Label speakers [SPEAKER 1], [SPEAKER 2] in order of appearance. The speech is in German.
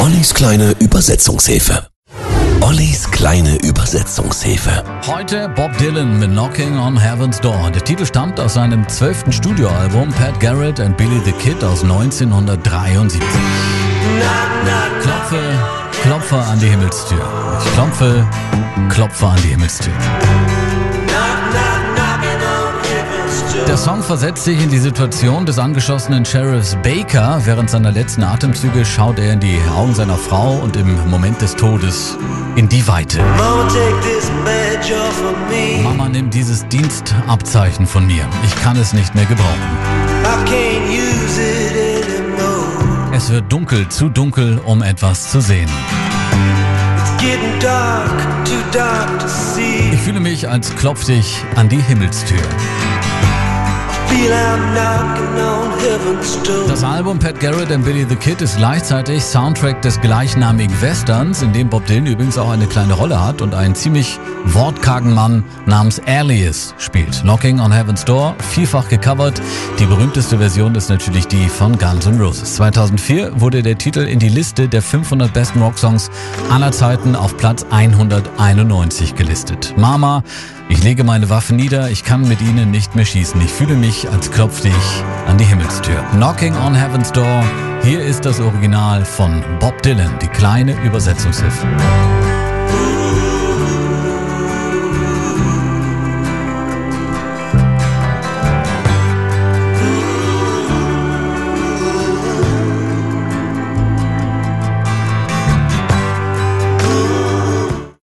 [SPEAKER 1] Ollis kleine Übersetzungshilfe. Ollis kleine Übersetzungshilfe.
[SPEAKER 2] Heute Bob Dylan mit Knocking on Heaven's Door. Der Titel stammt aus seinem 12. Studioalbum Pat Garrett and Billy the Kid aus 1973. Klopfe, klopfe an die Himmelstür. Ich klopfe, klopfe an die Himmelstür. Der Song versetzt sich in die Situation des angeschossenen Sheriffs Baker. Während seiner letzten Atemzüge schaut er in die Augen seiner Frau und im Moment des Todes in die Weite. Mama, nimm dieses Dienstabzeichen von mir. Ich kann es nicht mehr gebrauchen. Es wird dunkel, zu dunkel, um etwas zu sehen. Ich fühle mich, als klopfte ich an die Himmelstür. Das Album Pat Garrett and Billy the Kid ist gleichzeitig Soundtrack des gleichnamigen Westerns, in dem Bob Dylan übrigens auch eine kleine Rolle hat und einen ziemlich wortkargen Mann namens Alias spielt. Knocking on Heaven's Door, vielfach gecovert. Die berühmteste Version ist natürlich die von Guns N' Roses. 2004 wurde der Titel in die Liste der 500 besten Rocksongs aller Zeiten auf Platz 191 gelistet. Mama, ich lege meine Waffen nieder, ich kann mit ihnen nicht mehr schießen. Ich fühle mich, als klopfte ich an die Himmelstür. Knocking on Heaven's Door. Hier ist das Original von Bob Dylan, die kleine Übersetzungshilfe.